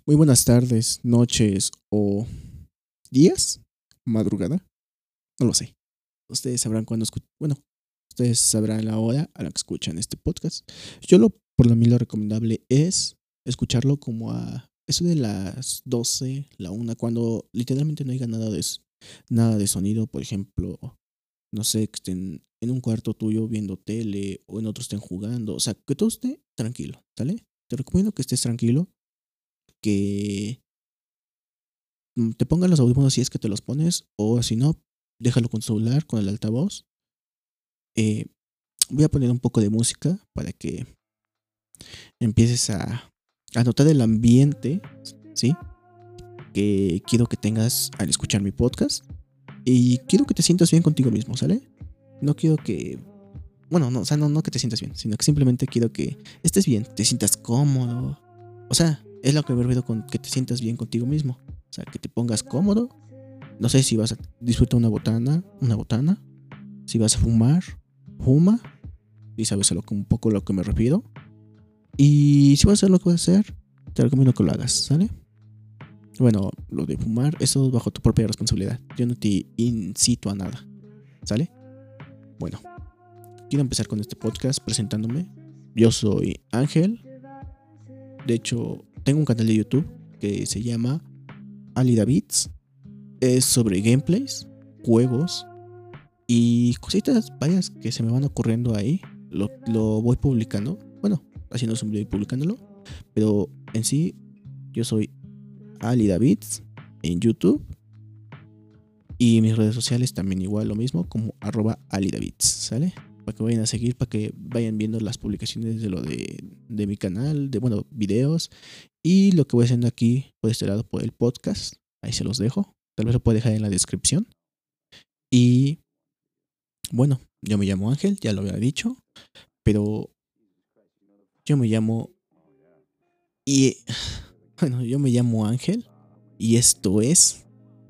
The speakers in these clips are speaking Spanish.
Muy buenas tardes, noches o días, madrugada, no lo sé. Ustedes sabrán cuándo ustedes sabrán la hora a la que escuchan este podcast. Por lo mí lo recomendable es escucharlo como a eso de las 12, la una, cuando literalmente no haya nada de sonido, por ejemplo, no sé, que estén en un cuarto tuyo viendo tele o en otro estén jugando, o sea, que todo esté tranquilo, ¿sale? Te recomiendo que estés tranquilo, que te pongan los audífonos si es que te los pones, o si no, déjalo con tu celular, con el altavoz. Eh, Voy a poner un poco de música para que empieces a notar el ambiente, ¿sí? Que quiero que tengas al escuchar mi podcast. Y quiero que te sientas bien contigo mismo, ¿sale? No quiero que... Bueno, no, o sea, no que te sientas bien, sino que simplemente quiero que estés bien, te sientas cómodo. O sea, es lo que me refiero con que te sientas bien contigo mismo. O sea, que te pongas cómodo. No sé si vas a disfrutar una botana. Si vas a fumar, fuma. Y sabes un poco a lo que me refiero. Y si vas a hacer lo que vas a hacer, te recomiendo que lo hagas, ¿sale? Bueno, lo de fumar, eso es bajo tu propia responsabilidad. Yo no te incito a nada, ¿sale? Bueno, quiero empezar con este podcast presentándome. Yo soy Ángel. De hecho, tengo un canal de YouTube que se llama Ali Davids. Es sobre gameplays, juegos y cositas varias que se me van ocurriendo ahí. Lo voy publicando. Bueno, haciendo un video y publicándolo. Pero en sí, yo soy Ali Davids en YouTube. Y mis redes sociales también igual lo mismo, como @Ali Davids, ¿sale? Para que vayan a seguir, para que vayan viendo las publicaciones de mi canal, videos. Y lo que voy haciendo aquí por este lado, por el podcast. Ahí se los dejo. Tal vez lo puedo dejar en la descripción. Y bueno, yo me llamo Ángel, ya lo había dicho. Pero yo me llamo... Y bueno, yo me llamo Ángel. Y esto es...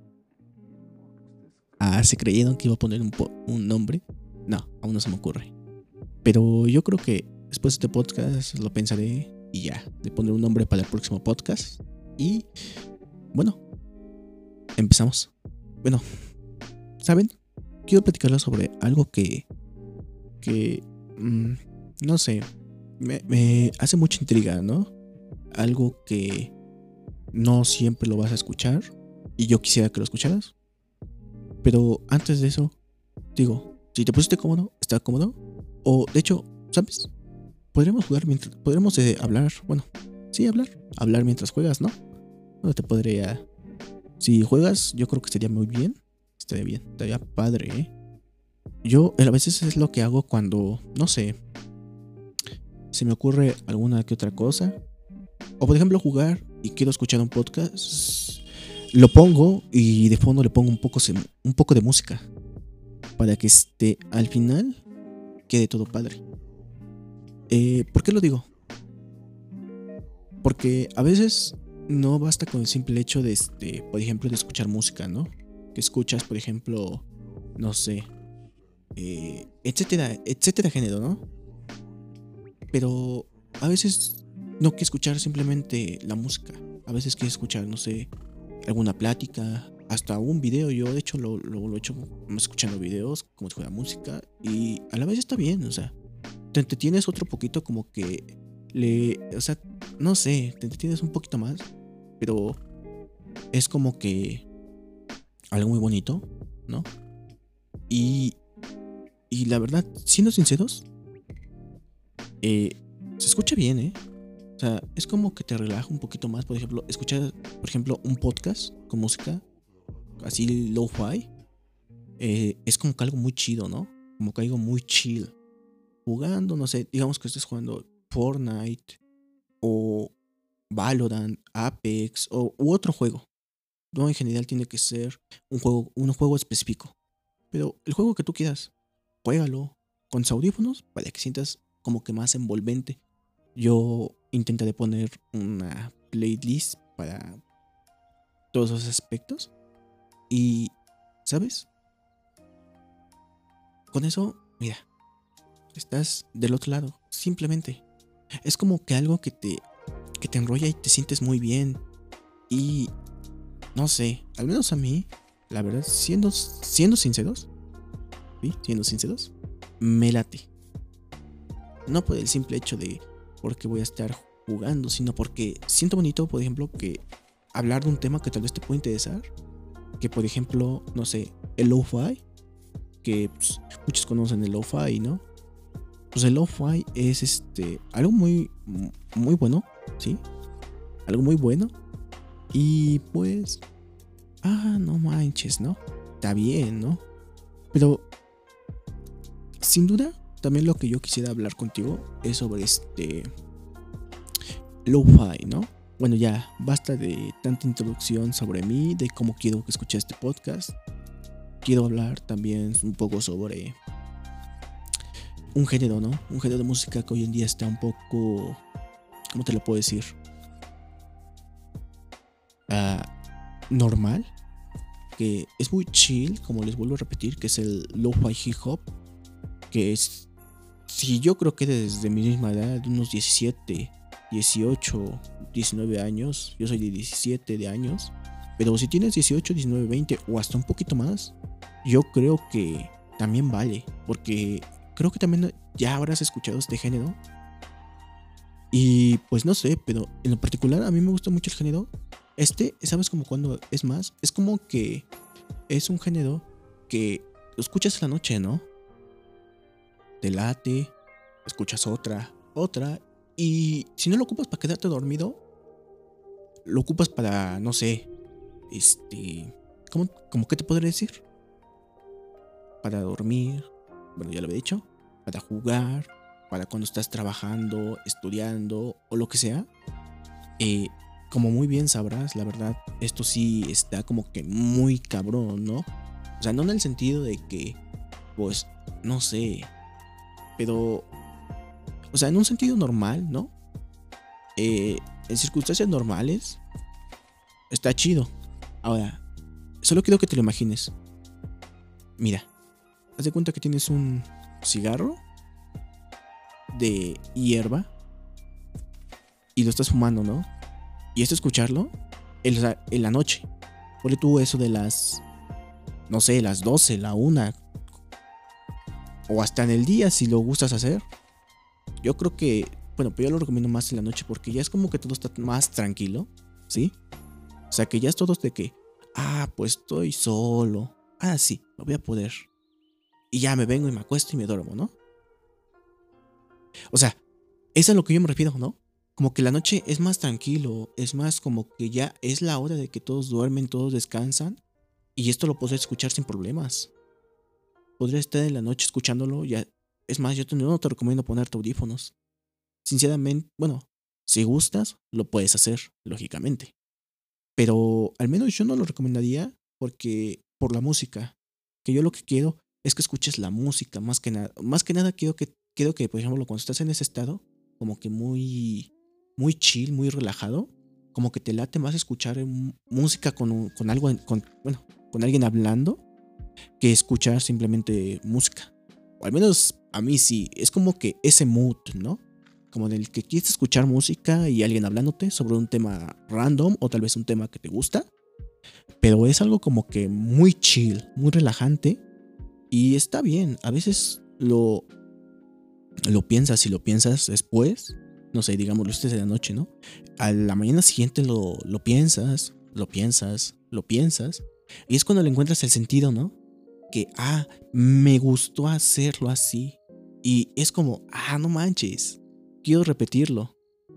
¿se creyeron que iba a poner un nombre? No, aún no se me ocurre. Pero yo creo que después de este podcast lo pensaré y ya. Le pondré un nombre para el próximo podcast. Y bueno, empezamos. Bueno, ¿saben? Quiero platicarles sobre algo que no sé, me hace mucha intriga, ¿no? Algo que no siempre lo vas a escuchar y yo quisiera que lo escucharas. Pero antes de eso, digo, si te pusiste cómodo, está cómodo. O de hecho, ¿sabes? Podríamos hablar, bueno, sí, hablar mientras juegas, ¿no? No te podría... Si juegas, yo creo que estaría muy bien. Estaría padre, ¿eh? Yo a veces es lo que hago cuando, no sé, se me ocurre alguna que otra cosa. O por ejemplo jugar y quiero escuchar un podcast. Lo pongo y de fondo le pongo un poco de música. Para que al final quede todo padre. ¿Por qué lo digo? Porque a veces no basta con el simple hecho de, por ejemplo, de escuchar música, ¿no? Que escuchas, por ejemplo, no sé, etcétera género, ¿no? Pero a veces no quiero escuchar simplemente la música. A veces quiero escuchar, no sé, alguna plática, hasta un video. Yo de hecho lo he hecho escuchando videos como si fuera música y a la vez está bien, o sea, te entretienes otro poquito como que o sea, no sé, te entretienes un poquito más, pero es como que algo muy bonito, ¿no? Y, y la verdad, siendo sinceros, se escucha bien, ¿eh? O sea, es como que te relaja un poquito más. Por ejemplo, escuchar, por ejemplo, un podcast con música así lo-fi, es como que algo muy chido, ¿no? Como que algo muy chill. Jugando, no sé, digamos que estés jugando Fortnite o Valorant, Apex u otro juego. No, en general tiene que ser un juego específico. Pero el juego que tú quieras, juégalo con tus audífonos para que sientas como que más envolvente. Yo intentaré poner una playlist para todos esos aspectos. Y, ¿sabes? Con eso, mira, estás del otro lado. Simplemente. Es como que algo que te enrolla y te sientes muy bien. Y no sé, al menos a mí, la verdad, siendo sinceros, ¿sí? Siendo sinceros, me late. No por el simple hecho de porque voy a estar jugando, sino porque siento bonito, por ejemplo, que hablar de un tema que tal vez te pueda interesar. Que por ejemplo, no sé, el lo-fi, que pues, muchos conocen el lo-fi, ¿no? Pues el lo-fi es algo muy bueno, ¿sí? Algo muy bueno. Y pues, no manches, ¿no? Está bien, ¿no? Pero sin duda, también lo que yo quisiera hablar contigo es sobre lo-fi, ¿no? Bueno, ya basta de tanta introducción sobre mí, de cómo quiero que escuches este podcast. Quiero hablar también un poco sobre un género, ¿no? Un género de música que hoy en día está un poco, ¿cómo te lo puedo decir? Ah, normal, que es muy chill, como les vuelvo a repetir, que es el lo-fi hip hop, que es, si yo creo que desde mi misma edad, de unos 17, 18, 19 años, yo soy de 17 de años, pero si tienes 18, 19, 20 o hasta un poquito más, yo creo que también vale, porque creo que también ya habrás escuchado este género. Y pues no sé, pero en lo particular a mí me gusta mucho el género. ¿Sabes como cuando es más? Es como que es un género que lo escuchas en la noche, ¿no? Te late, escuchas otra. Y si no lo ocupas para quedarte dormido, lo ocupas para, no sé, ¿cómo qué te podría decir? Para dormir, bueno, ya lo había dicho, para jugar, para cuando estás trabajando, estudiando o lo que sea. Eh, Como muy bien sabrás, la verdad, esto sí está como que muy cabrón, ¿no? O sea, no en el sentido de que, pues, no sé, pero, o sea, en un sentido normal, ¿no? En circunstancias normales, está chido. Ahora, solo quiero que te lo imagines. Mira, haz de cuenta que tienes un cigarro de hierba y lo estás fumando, ¿no? Y esto escucharlo en la noche. Ponle tú eso de las, no sé, las 12, la 1, o hasta en el día si lo gustas hacer. Yo creo que, bueno, pero yo lo recomiendo más en la noche porque ya es como que todo está más tranquilo, ¿sí? O sea, que ya es todo de que, pues estoy solo. Sí, lo voy a poder. Y ya me vengo y me acuesto y me duermo, ¿no? O sea, eso es a lo que yo me refiero, ¿no? Como que la noche es más tranquilo, es más como que ya es la hora de que todos duermen, todos descansan. Y esto lo podrás escuchar sin problemas. Podrías estar en la noche escuchándolo. Ya. Es más, no te recomiendo ponerte audífonos. Sinceramente, bueno, si gustas, lo puedes hacer, lógicamente. Pero al menos yo no lo recomendaría porque por la música. Que yo lo que quiero es que escuches la música, más que nada. Más que nada quiero que, por ejemplo, cuando estás en ese estado, como que muy chill, muy relajado, como que te late más escuchar música con algo, con alguien hablando, que escuchar simplemente música. O al menos a mí sí, es como que ese mood, ¿no? Como en el que quieres escuchar música y alguien hablándote sobre un tema random o tal vez un tema que te gusta, pero es algo como que muy chill, muy relajante y está bien. A veces lo piensas y lo piensas después, no sé, digámoslo, este es de la noche, ¿no? A la mañana siguiente lo piensas, lo piensas y es cuando le encuentras el sentido, ¿no? Que, me gustó hacerlo así. Y es como, no manches, quiero repetirlo.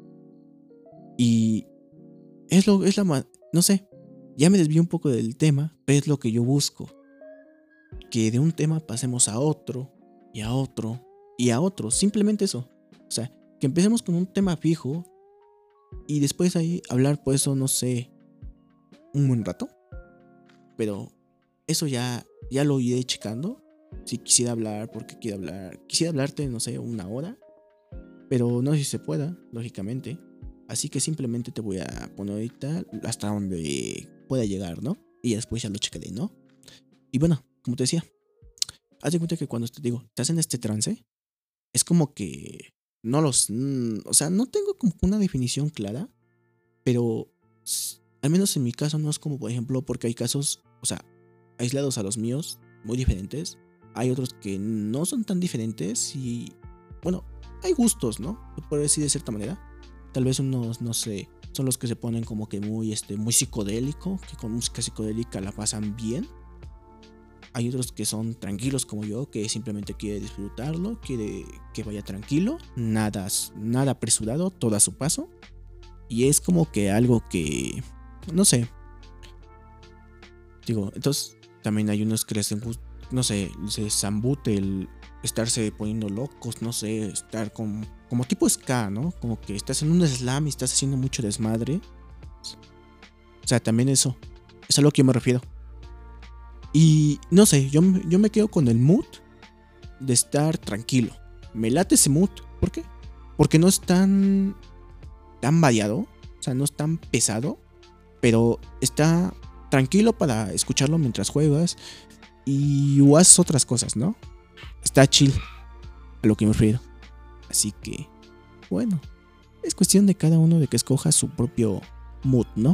Y no sé, ya me desvío un poco del tema, pero es lo que yo busco. Que de un tema pasemos a otro, y a otro, y a otro. Simplemente eso. O sea, que empecemos con un tema fijo y después ahí hablar, pues eso, no sé, un buen rato. Pero eso ya lo iré checando. Si quisiera hablar, porque quiero hablar. Quisiera hablarte, no sé, 1 hora. Pero no sé si se pueda, lógicamente. Así que simplemente te voy a poner ahorita hasta donde pueda llegar, ¿no? Y después ya lo checaré, ¿no? Y bueno, como te decía, haz de cuenta que cuando te digo, estás en este trance, es como que o sea, no tengo como una definición clara, pero Al menos en mi caso no es como, por ejemplo, porque hay casos, o sea, aislados a los míos, muy diferentes. Hay otros que no son tan diferentes y, bueno, hay gustos, ¿no? Se puede decir de cierta manera. Tal vez unos, no sé, son los que se ponen como que muy psicodélico, que con música psicodélica la pasan bien. Hay otros que son tranquilos como yo, que simplemente quiere disfrutarlo, quiere que vaya tranquilo, nada apresurado, todo a su paso. Y es como que algo que, no sé, digo, entonces también hay unos que no sé, les zambute el estarse poniendo locos, no sé, estar como tipo ska, ¿no? Como que estás en un slam y estás haciendo mucho desmadre. O sea, también eso, es a lo que yo me refiero. Y no sé, yo me quedo con el mood de estar tranquilo. Me late ese mood. ¿Por qué? Porque no es tan variado, o sea, no es tan pesado, pero está tranquilo para escucharlo mientras juegas y o haces otras cosas, ¿no? Está chill, a lo que me refiero. Así que, bueno, es cuestión de cada uno de que escoja su propio mood, ¿no?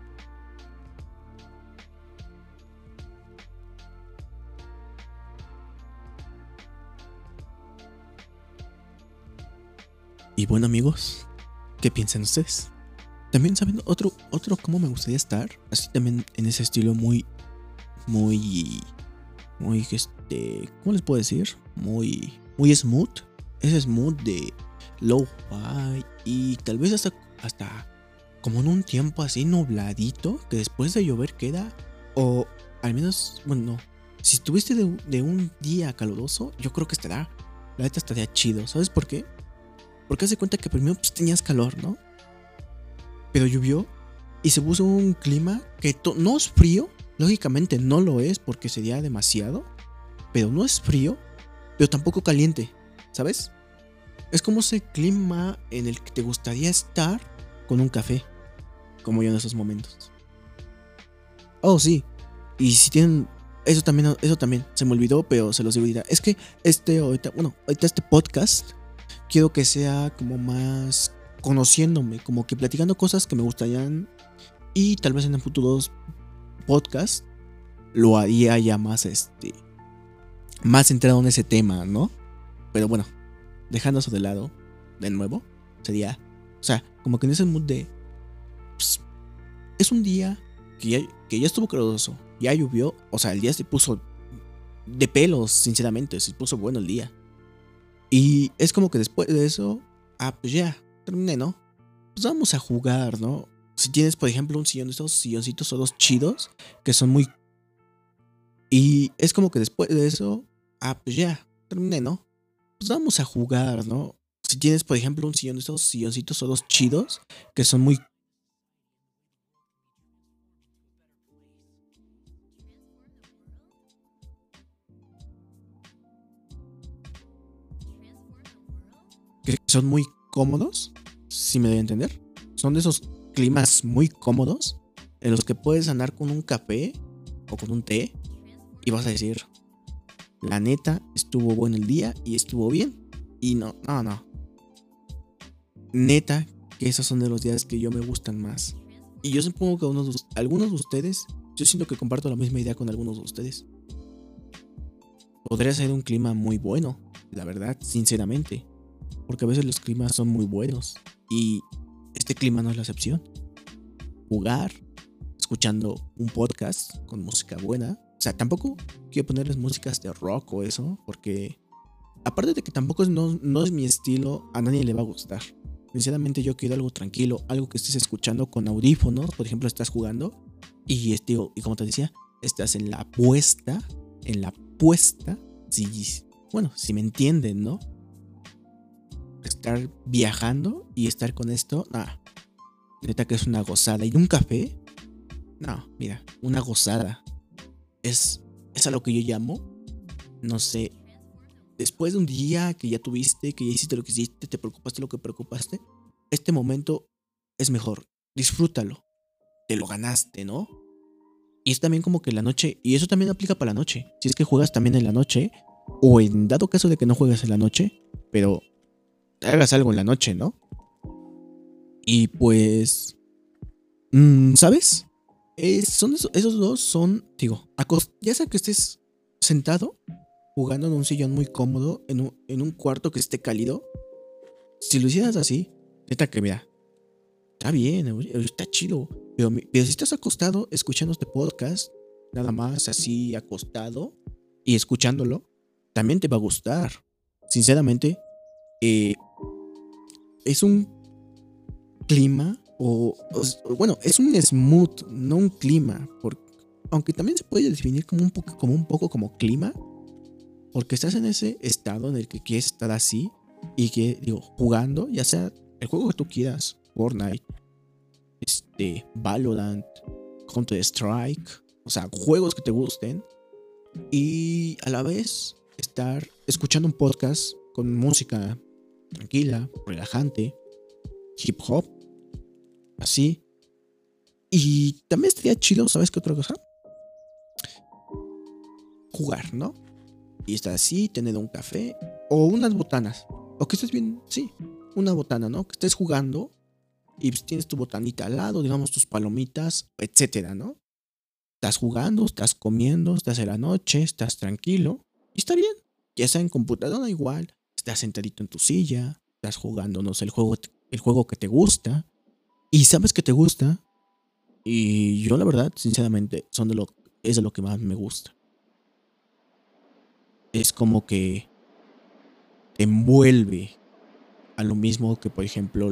Y bueno, amigos, ¿qué piensan ustedes? También saben otro cómo me gustaría estar, así también en ese estilo muy, ¿cómo les puedo decir? Muy smooth. Ese smooth de low-fi y tal vez hasta como en un tiempo así nubladito que después de llover queda, o al menos, bueno, no. Si estuviste de un día caluroso, yo creo que la neta estaría chido. ¿Sabes por qué? Porque haz de cuenta que primero pues tenías calor, ¿no? Pero llovió y se puso un clima que no es frío, lógicamente no lo es porque sería demasiado, pero no es frío, pero tampoco caliente, ¿sabes? Es como ese clima en el que te gustaría estar con un café, como yo en esos momentos. Oh, sí. Y si tienen eso también se me olvidó, pero se los digo ahorita. Es que ahorita este podcast quiero que sea como más conociéndome, como que platicando cosas que me gustarían y tal vez en el futuros podcast lo haría ya más centrado en ese tema, ¿no? Pero bueno, dejando eso de lado, de nuevo, sería, o sea, como que en ese mood de, pues, es un día que ya estuvo caluroso, ya llovió, o sea, el día se puso de pelos, sinceramente, se puso bueno el día. Y es como que después de eso, pues ya, terminé, ¿no? Pues vamos a jugar, ¿no? Si tienes, por ejemplo, un sillón de estos silloncitos todos chidos, que son muy... Y es como que después de eso, pues ya, terminé, ¿no? Pues vamos a jugar, ¿no? Si tienes, por ejemplo, un sillón de estos silloncitos todos chidos, que son muy... que son muy cómodos, si me doy a entender. Son de esos climas muy cómodos en los que puedes andar con un café o con un té y vas a decir, la neta, estuvo bueno el día y estuvo bien. Y no. Neta, que esos son de los días que yo me gustan más. Y yo supongo que algunos de ustedes, yo siento que comparto la misma idea con algunos de ustedes. Podría ser un clima muy bueno, la verdad, sinceramente. Porque a veces los climas son muy buenos. Y este clima no es la excepción. Jugar, escuchando un podcast con música buena. O sea, tampoco quiero ponerles músicas de rock o eso, porque aparte de que tampoco no es mi estilo, a nadie le va a gustar. Sinceramente yo quiero algo tranquilo, algo que estés escuchando con audífonos. Por ejemplo, estás jugando y como te decía, estás en la puesta, si me entienden, ¿no? Estar viajando y estar con esto, neta que es una gozada. Y un café, no, mira, una gozada. Es a lo que yo llamo, no sé, después de un día que ya tuviste, que ya hiciste lo que hiciste, te preocupaste lo que preocupaste, este momento es mejor. Disfrútalo. Te lo ganaste, ¿no? Y es también como que la noche, y eso también aplica para la noche. Si es que juegas también en la noche, o en dado caso de que no juegues en la noche, pero hagas algo en la noche, ¿no? Y pues ¿Sabes? Esos dos son, digo, ya sea que estés sentado jugando en un sillón muy cómodo, en un cuarto que esté cálido. Si lo hicieras así, neta que mira, está bien, está chido. Pero si estás acostado escuchando este podcast, nada más así acostado y escuchándolo, también te va a gustar. Sinceramente, eh, es un clima bueno, es un smooth, no un clima, aunque también se puede definir como un poco como clima, porque estás en ese estado en el que quieres estar así y que, digo, jugando, ya sea el juego que tú quieras, Fortnite, Valorant, Counter Strike, o sea, juegos que te gusten y a la vez estar escuchando un podcast con música tranquila, relajante, hip hop, así. Y también estaría chido, ¿sabes qué otra cosa? Jugar, ¿no? Y estar así, tener un café o unas botanas. O que estés bien, sí, una botana, ¿no? Que estés jugando y pues tienes tu botanita al lado, digamos tus palomitas, etcétera, ¿no? Estás jugando, estás comiendo, estás en la noche, estás tranquilo y está bien. Ya sea en computadora igual, estás sentadito en tu silla, estás jugando, no sé, el juego que te gusta y sabes que te gusta y yo la verdad, sinceramente, es de lo que más me gusta. Es como que te envuelve a lo mismo que por ejemplo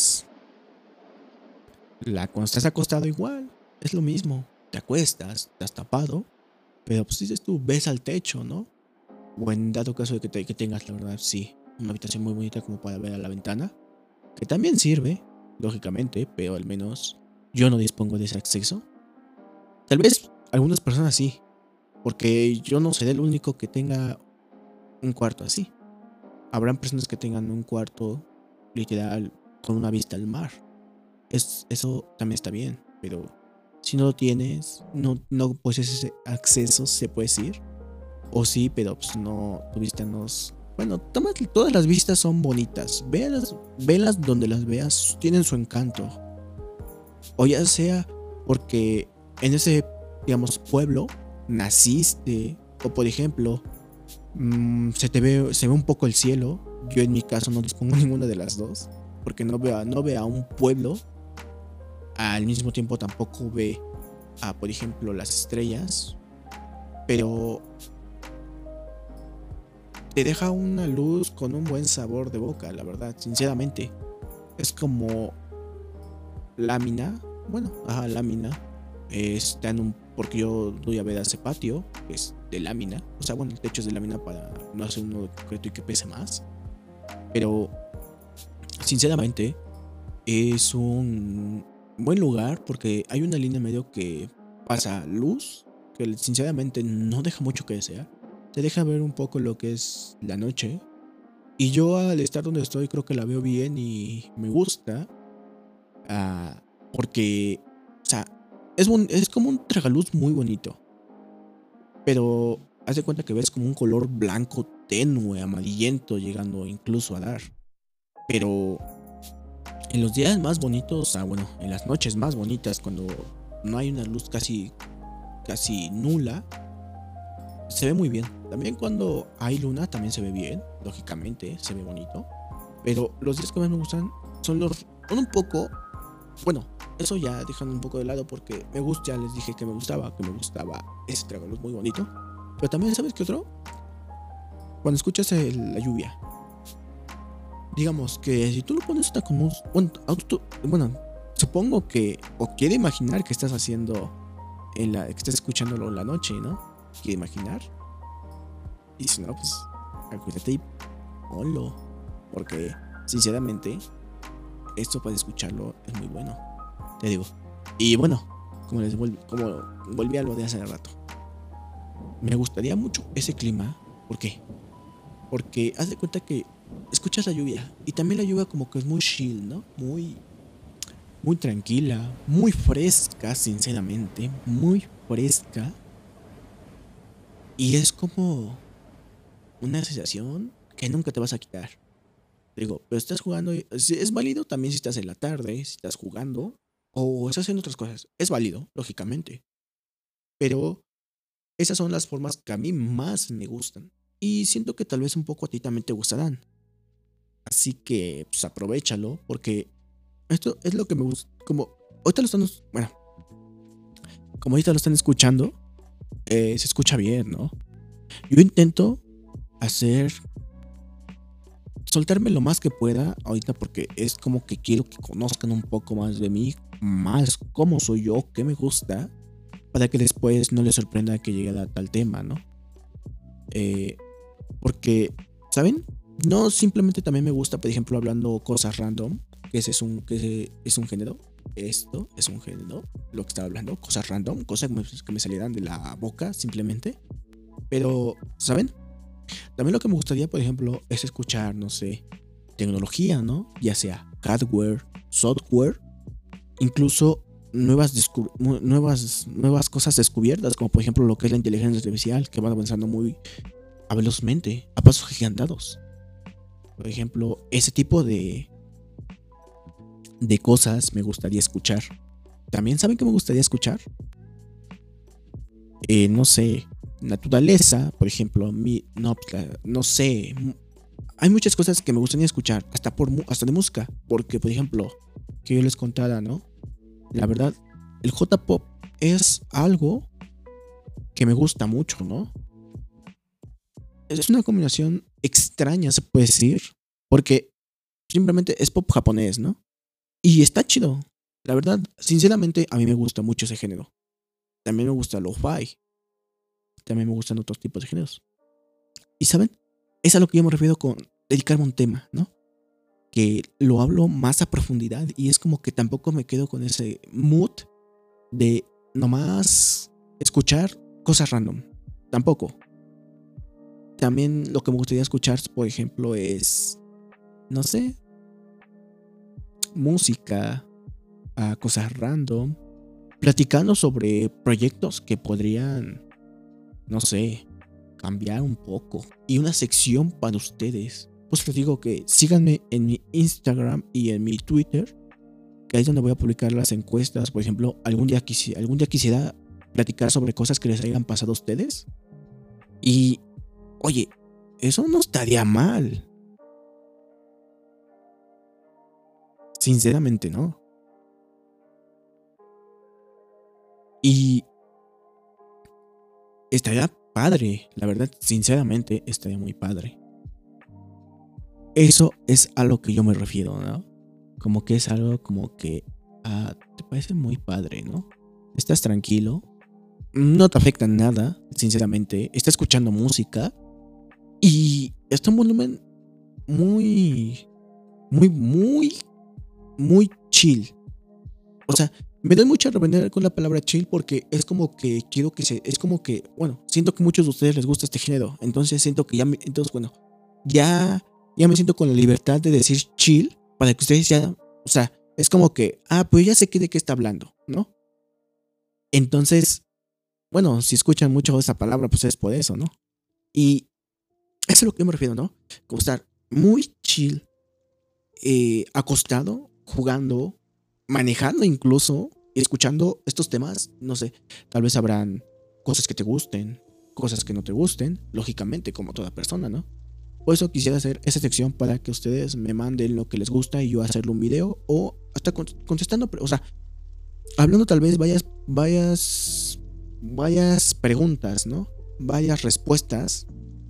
cuando estás acostado igual, es lo mismo. Te acuestas, estás tapado, pero pues dices tú, ves al techo, ¿no? O en dado caso de que tengas, la verdad, sí, una habitación muy bonita como para ver a la ventana, que también sirve, lógicamente, pero al menos yo no dispongo de ese acceso. Tal vez algunas personas sí, porque yo no seré el único que tenga un cuarto así. Habrán personas que tengan un cuarto literal con una vista al mar. Eso también está bien, pero si no lo tienes, no posees ese acceso, se puede decir. O sí, pero pues no, tu vista no bueno, todas las vistas son bonitas. Velas donde las veas, tienen su encanto. O ya sea porque en ese, digamos, pueblo naciste. O por ejemplo, se ve un poco el cielo. Yo en mi caso no dispongo ninguna de las dos. Porque no veo a un pueblo. Al mismo tiempo tampoco ve a, por ejemplo, las estrellas. Pero te deja una luz con un buen sabor de boca, la verdad, sinceramente. Es como lámina, bueno, ajá, lámina. Está porque yo doy a ver a ese patio, que es de lámina. O sea, bueno, el techo es de lámina para no hacer uno concreto y que pese más. Pero, sinceramente, es un buen lugar porque hay una línea medio que pasa luz, que sinceramente no deja mucho que desear. Te deja ver un poco lo que es la noche. Y yo al estar donde estoy creo que la veo bien y me gusta. Porque, o sea, es como un tragaluz muy bonito. Pero haz de cuenta que ves como un color blanco tenue, amarillento, llegando incluso a dar. Pero en los días más bonitos, bueno, en las noches más bonitas, cuando no hay una luz casi nula, se ve muy bien. También cuando hay luna también se ve bien, lógicamente, se ve bonito. Pero los días que más me gustan son un poco, bueno, eso ya dejando un poco de lado porque ya les dije que me gustaba ese tragaluz muy bonito. Pero también, ¿sabes qué otro? Cuando escuchas la lluvia. Digamos que si tú lo pones hasta como bueno, supongo que, o quiere imaginar que estás haciendo que estás escuchándolo en la noche, ¿no? Quiere imaginar. Y si no, pues acuérdate y ponlo. Porque, sinceramente, esto para escucharlo es muy bueno. Te digo. Y bueno, como volví a lo de hace rato. Me gustaría mucho ese clima. ¿Por qué? Porque haz de cuenta que escuchas la lluvia. Y también la lluvia como que es muy chill, ¿no? Muy tranquila. Muy fresca, sinceramente. Muy fresca. Y es como una sensación que nunca te vas a quitar. Digo, pero estás jugando. Es válido también si estás en la tarde, si estás jugando. o estás haciendo otras cosas. Es válido, lógicamente, pero esas son las formas que a mí más me gustan. Y siento que tal vez un poco a ti también te gustarán. Así que, pues aprovéchalo, porque esto es lo que me gusta. Como ahorita lo están, bueno, como ahorita lo están escuchando, se escucha bien, ¿no? Yo intento hacer, soltarme lo más que pueda ahorita porque es como que quiero que conozcan un poco más de mí, más cómo soy yo, qué me gusta, para que después no les sorprenda que llegue a tal tema, ¿no? Eh, Porque, ¿saben? No simplemente también me gusta, por ejemplo, hablando cosas random, que ese es un género. Esto es un género, lo que estaba hablando, cosas random, cosas que me salieran de la boca simplemente. Pero, ¿saben? También lo que me gustaría, por ejemplo, es escuchar, no sé, tecnología, ¿no? Ya sea hardware, software, incluso nuevas cosas descubiertas, como por ejemplo lo que es la inteligencia artificial, que va avanzando muy velozmente, a pasos gigantados. Por ejemplo, ese tipo de cosas me gustaría escuchar. También saben que me gustaría escuchar. No sé, naturaleza, por ejemplo, no, no sé. Hay muchas cosas que me gustaría escuchar, hasta de música. Porque, por ejemplo, que yo les contara, ¿no? La verdad, el J-pop es algo que me gusta mucho, ¿no? Es una combinación extraña, se puede decir. Porque simplemente es pop japonés, ¿no? Y está chido. La verdad, sinceramente, a mí me gusta mucho ese género. También me gusta lo-fi. También me gustan otros tipos de géneros. Y saben, es a lo que yo me refiero con dedicarme a un tema, ¿no? Que lo hablo más a profundidad y es como que tampoco me quedo con ese mood de nomás escuchar cosas random. Tampoco. También lo que me gustaría escuchar, por ejemplo, es, no sé, música, cosas random, platicando sobre proyectos que podrían, no sé, cambiar un poco. Y una sección para ustedes. Pues les digo que síganme en mi Instagram y en mi Twitter, que ahí es donde voy a publicar las encuestas. Por ejemplo, algún día quisiera platicar sobre cosas que les hayan pasado a ustedes. Y, oye, eso no estaría mal. Sinceramente, ¿no? Y estaría padre, la verdad, sinceramente, estaría muy padre. Eso es a lo que yo me refiero, ¿no? Como que es algo como que te parece muy padre, ¿no? Estás tranquilo, no te afecta nada, sinceramente. Estás escuchando música y está un volumen muy, muy, muy, muy chill. O sea, me doy mucha reverencia con la palabra chill porque es como que quiero que es como que, bueno, siento que a muchos de ustedes les gusta este género. Entonces siento que entonces bueno, ya, ya me siento con la libertad de decir chill para que ustedes ya, o sea, es como que, pues ya sé de qué está hablando, ¿no? Entonces, bueno, si escuchan mucho esa palabra, pues es por eso, ¿no? Y eso es a lo que yo me refiero, ¿no? Como estar muy chill, acostado, jugando, manejando incluso, escuchando estos temas, no sé, tal vez habrán cosas que te gusten, cosas que no te gusten, lógicamente, como toda persona, ¿no? Por eso quisiera hacer esa sección para que ustedes me manden lo que les gusta y yo hacerle un video o hasta contestando, o sea, hablando tal vez varias preguntas, ¿no? Varias respuestas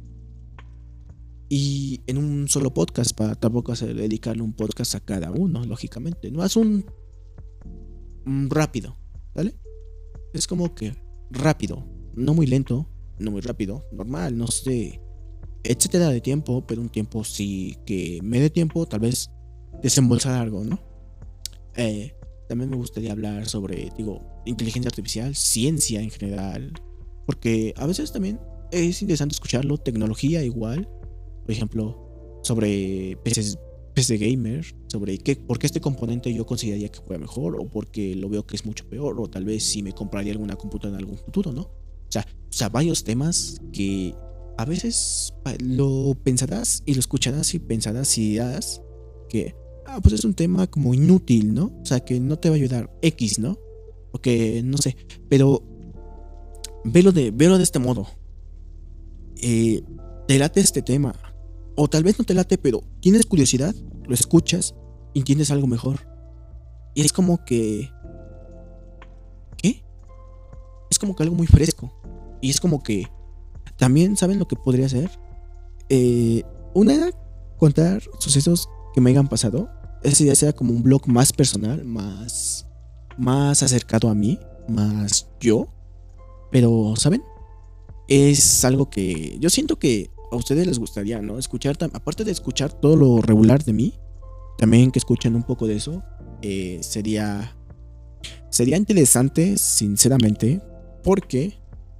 y en un solo podcast para tampoco dedicarle un podcast a cada uno, lógicamente. No es un rápido, ¿vale? Es como que rápido, no muy lento, no muy rápido, normal, no sé, etcétera de tiempo, pero un tiempo sí que me dé tiempo, tal vez desembolsar algo, ¿no? También me gustaría hablar sobre, digo, inteligencia artificial, ciencia en general, porque a veces también es interesante escucharlo, tecnología igual, por ejemplo, sobre PC gamer, sobre por qué este componente yo consideraría que fuera mejor, o porque lo veo que es mucho peor, o tal vez si me compraría alguna computadora en algún futuro, ¿no? O sea, varios temas que a veces lo pensarás y lo escucharás y pensarás y dirás que pues es un tema como inútil, ¿no? O sea, que no te va a ayudar X, ¿no? O que no sé, pero velo de este modo. Eh, Te late este tema, o tal vez no te late, pero tienes curiosidad, lo escuchas y entiendes algo mejor. Y es como que, ¿qué? Es como que algo muy fresco. Y es como que también, ¿saben lo que podría ser? Una, contar sucesos que me hayan pasado. Ese ya sea como un blog más personal, más acercado a mí, más yo. Pero, ¿saben? Es algo que yo siento que a ustedes les gustaría, ¿no? Escuchar, aparte de escuchar todo lo regular de mí, también que escuchen un poco de eso. Sería interesante, sinceramente, porque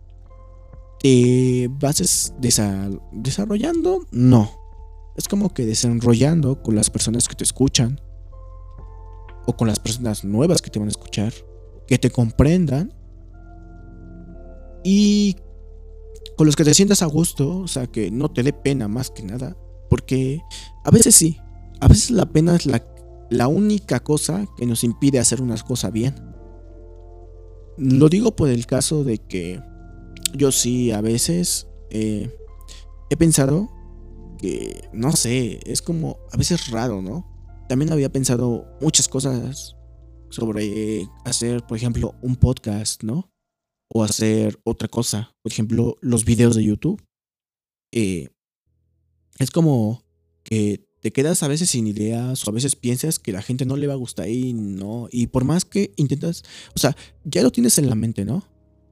te vas desarrollando, no. Es como que desenrollando con las personas que te escuchan o con las personas nuevas que te van a escuchar, que te comprendan y con los que te sientas a gusto, o sea, que no te dé pena más que nada, porque a veces sí, a veces la pena es la única cosa que nos impide hacer unas cosas bien. Lo digo por el caso de que yo sí a veces he pensado que, no sé, es como a veces raro, ¿no? También había pensado muchas cosas sobre hacer, por ejemplo, un podcast, ¿no? O hacer otra cosa, por ejemplo, los videos de YouTube. Eh, es como que te quedas a veces sin ideas o a veces piensas que la gente no le va a gustar y no. Y por más que intentas, o sea, ya lo tienes en la mente, ¿no?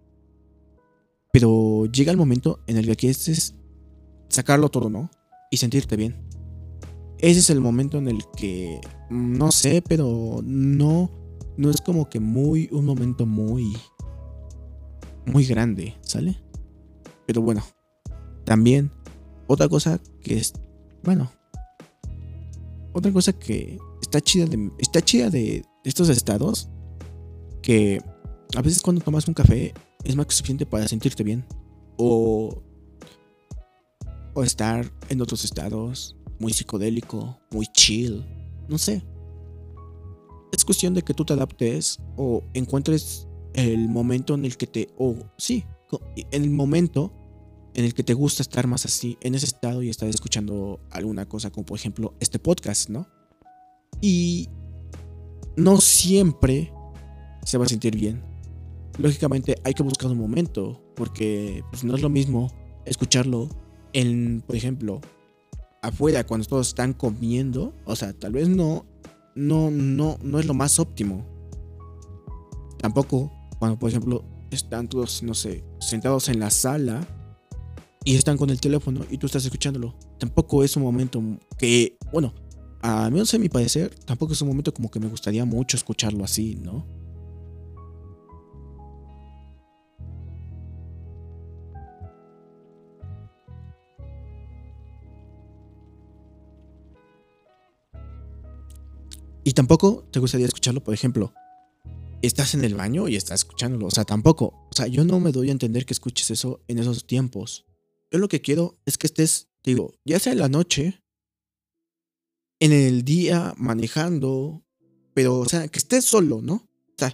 Pero llega el momento en el que quieres sacarlo todo, ¿no? Y sentirte bien. Ese es el momento en el que, no sé, pero no es como que un momento muy grande, ¿sale? Pero bueno, también otra cosa que es, bueno, otra cosa que está chida de estos estados, que a veces cuando tomas un café es más que suficiente para sentirte bien. O, o estar en otros estados, muy psicodélico, muy chill, no sé. Es cuestión de que tú te adaptes o encuentres el momento en el que en el momento en el que te gusta estar más así, en ese estado y estar escuchando alguna cosa como por ejemplo este podcast, ¿no? Y no siempre se va a sentir bien. Lógicamente hay que buscar un momento, porque pues, no es lo mismo escucharlo por ejemplo, afuera cuando todos están comiendo, o sea, tal vez no es lo más óptimo. Tampoco cuando, por ejemplo, están todos, no sé, sentados en la sala y están con el teléfono y tú estás escuchándolo. Tampoco es un momento que, bueno, a menos en mi parecer, tampoco es un momento como que me gustaría mucho escucharlo así, ¿no? Y tampoco te gustaría escucharlo, por ejemplo, estás en el baño y estás escuchándolo. O sea, tampoco. O sea, yo no me doy a entender que escuches eso en esos tiempos. Yo lo que quiero es que estés, digo, ya sea en la noche, en el día, manejando, pero, o sea, que estés solo, ¿no? O sea,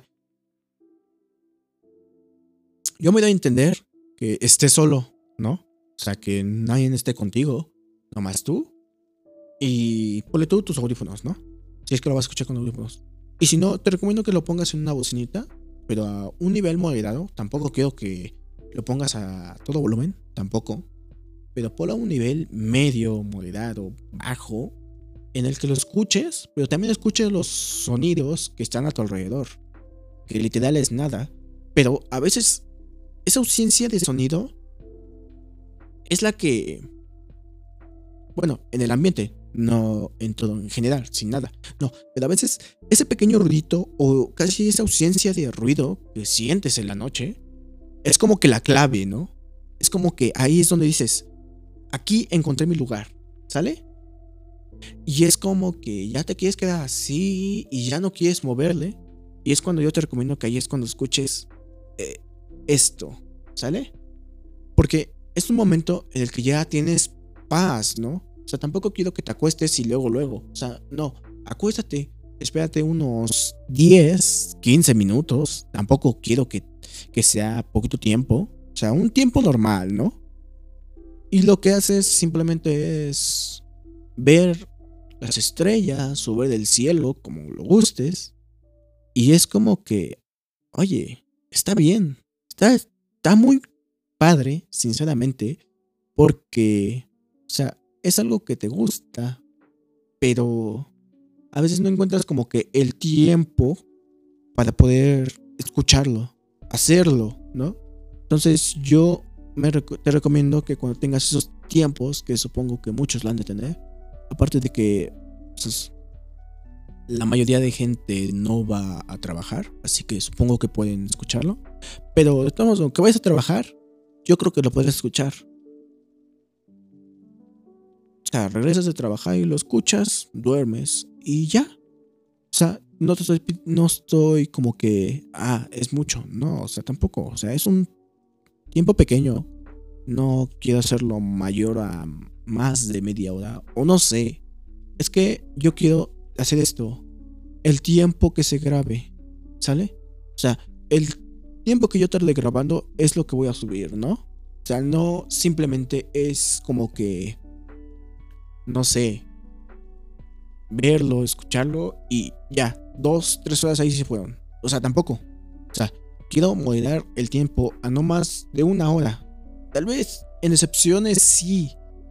yo me doy a entender que estés solo, ¿no? O sea, que nadie esté contigo, nomás tú. Y ponle tú tus audífonos, ¿no? Si es que lo vas a escuchar con audífonos. Y si no, te recomiendo que lo pongas en una bocinita, pero a un nivel moderado. Tampoco quiero que lo pongas a todo volumen, tampoco. Pero ponlo a un nivel medio, moderado, bajo, en el que lo escuches, pero también escuches los sonidos que están a tu alrededor. Que literal es nada. Pero a veces esa ausencia de sonido es la que, bueno, en el ambiente, no en todo en general, sin nada. No, pero a veces ese pequeño ruidito o casi esa ausencia de ruido que sientes en la noche es como que la clave, ¿no? Es como que ahí es donde dices, aquí encontré mi lugar, ¿sale? Y es como que ya te quieres quedar así y ya no quieres moverle. Y es cuando yo te recomiendo que ahí es cuando escuches eh, esto, ¿sale? Porque es un momento en el que ya tienes paz, ¿no? O sea, tampoco quiero que te acuestes y luego. O sea, no. acuéstate, espérate unos 10, 15 minutos. Tampoco quiero que sea poquito tiempo. O sea, un tiempo normal, ¿no? Y lo que haces simplemente es ver las estrellas o ver el cielo, como lo gustes. Y es como que, oye, está bien. Está muy padre, sinceramente, porque, o sea, es algo que te gusta, pero a veces no encuentras como que el tiempo para poder escucharlo, hacerlo, ¿no? Entonces yo te recomiendo que cuando tengas esos tiempos, que supongo que muchos lo han de tener, aparte de que pues, la mayoría de gente no va a trabajar, así que supongo que pueden escucharlo, pero de todos modos, aunque vayas a trabajar, yo creo que lo puedes escuchar. O sea, regresas de trabajar y lo escuchas, duermes y ya. O sea, no estoy como que, es mucho. No, o sea, tampoco. O sea, es un tiempo pequeño. No quiero hacerlo mayor a más de media hora. O no sé. Es que yo quiero hacer esto. El tiempo que se grabe. ¿Sale? O sea, el tiempo que yo tarde grabando es lo que voy a subir, ¿no? O sea, no simplemente es como que, no sé, verlo, escucharlo y ya, 2, 3 horas ahí se fueron. O sea, tampoco. O sea, quiero moderar el tiempo a no más de una hora. Tal vez en excepciones sí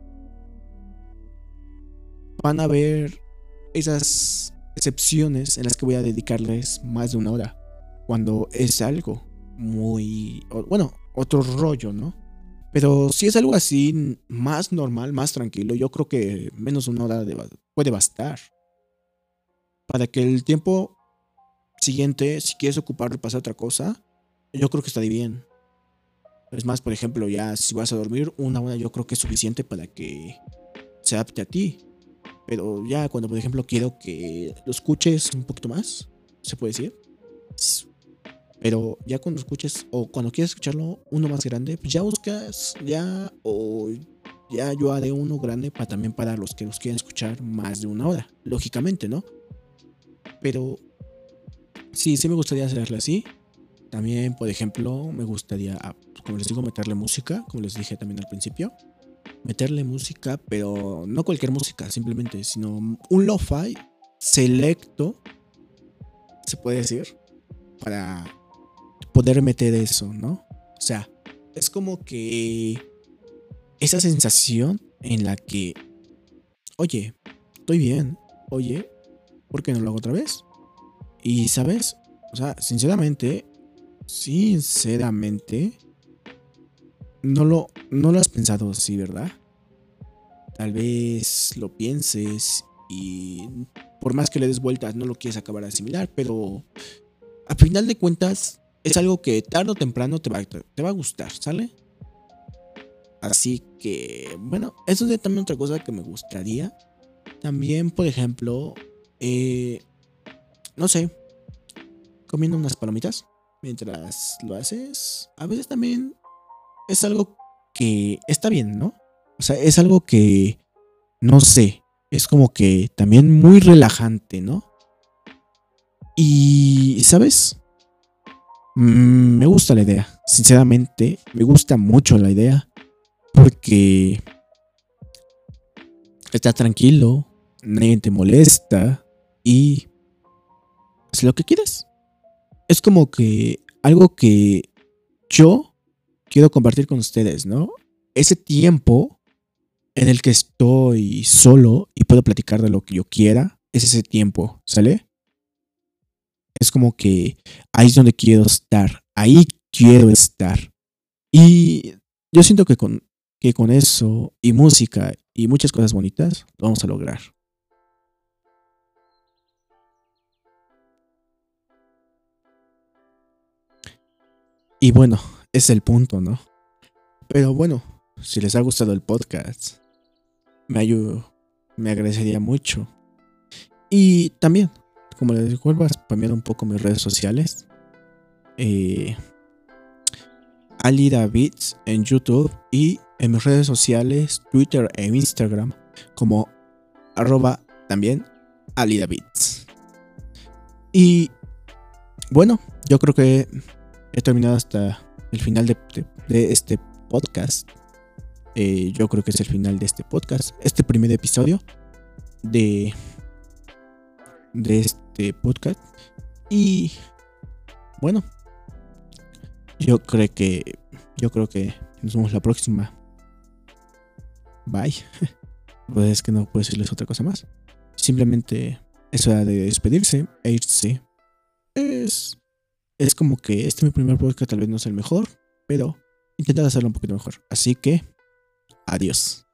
van a haber esas excepciones en las que voy a dedicarles más de una hora. Cuando es algo muy, bueno, otro rollo, ¿no? Pero si es algo así más normal, más tranquilo, yo creo que menos de una hora puede bastar. Para que el tiempo siguiente, si quieres ocuparlo y pasar a otra cosa, yo creo que está bien. Es más, por ejemplo, ya si vas a dormir, una hora yo creo que es suficiente para que se adapte a ti. Pero ya cuando, por ejemplo, quiero que lo escuches un poquito más, se puede decir. Pero ya cuando escuches, o cuando quieras escucharlo uno más grande, pues ya buscas, o ya yo haré uno grande también para los que los quieran escuchar más de una hora, lógicamente, ¿no? Pero sí me gustaría hacerlo así. También, por ejemplo, me gustaría, como les digo, meterle música, como les dije también al principio. Meterle música, pero no cualquier música, simplemente, sino un lo-fi selecto, se puede decir, para poder meter eso, ¿no? O sea, es como que esa sensación en la que, oye, estoy bien, oye, ¿por qué no lo hago otra vez? Y, ¿sabes? O sea, sinceramente, no lo has pensado así, ¿verdad? Tal vez lo pienses y por más que le des vueltas no lo quieres acabar de asimilar, pero a final de cuentas es algo que tarde o temprano te va a gustar, ¿sale? Así que, bueno, eso es también otra cosa que me gustaría. También, por ejemplo, no sé, comiendo unas palomitas mientras lo haces, a veces también es algo que está bien, ¿no? O sea, es algo que, no sé, es como que también muy relajante, ¿no? Y, ¿sabes? Me gusta la idea, sinceramente, me gusta mucho la idea, porque estás tranquilo, nadie te molesta y haz lo que quieras. Es como que algo que yo quiero compartir con ustedes, ¿no? Ese tiempo en el que estoy solo y puedo platicar de lo que yo quiera, es ese tiempo, ¿sale? Es como que ahí es donde quiero estar, ahí quiero estar. Y yo siento que con eso y música y muchas cosas bonitas lo vamos a lograr. Y bueno, es el punto, ¿no? Pero bueno, si les ha gustado el podcast, me agradecería mucho. Y también, como les vuelvo a spamear un poco mis redes sociales, Alida Beats en YouTube y en mis redes sociales, Twitter e Instagram, como @ también Ali David. Y bueno, yo creo que he terminado hasta el final de este podcast. Yo creo que es el final de este podcast. Este primer episodio de este podcast. Y bueno, yo creo que nos vemos la próxima. Bye. Pues es que no puedo decirles otra cosa más. Simplemente es hora de despedirse e irse. Es como que este mi primer podcast tal vez no es el mejor, pero intentar hacerlo un poquito mejor. Así que adiós.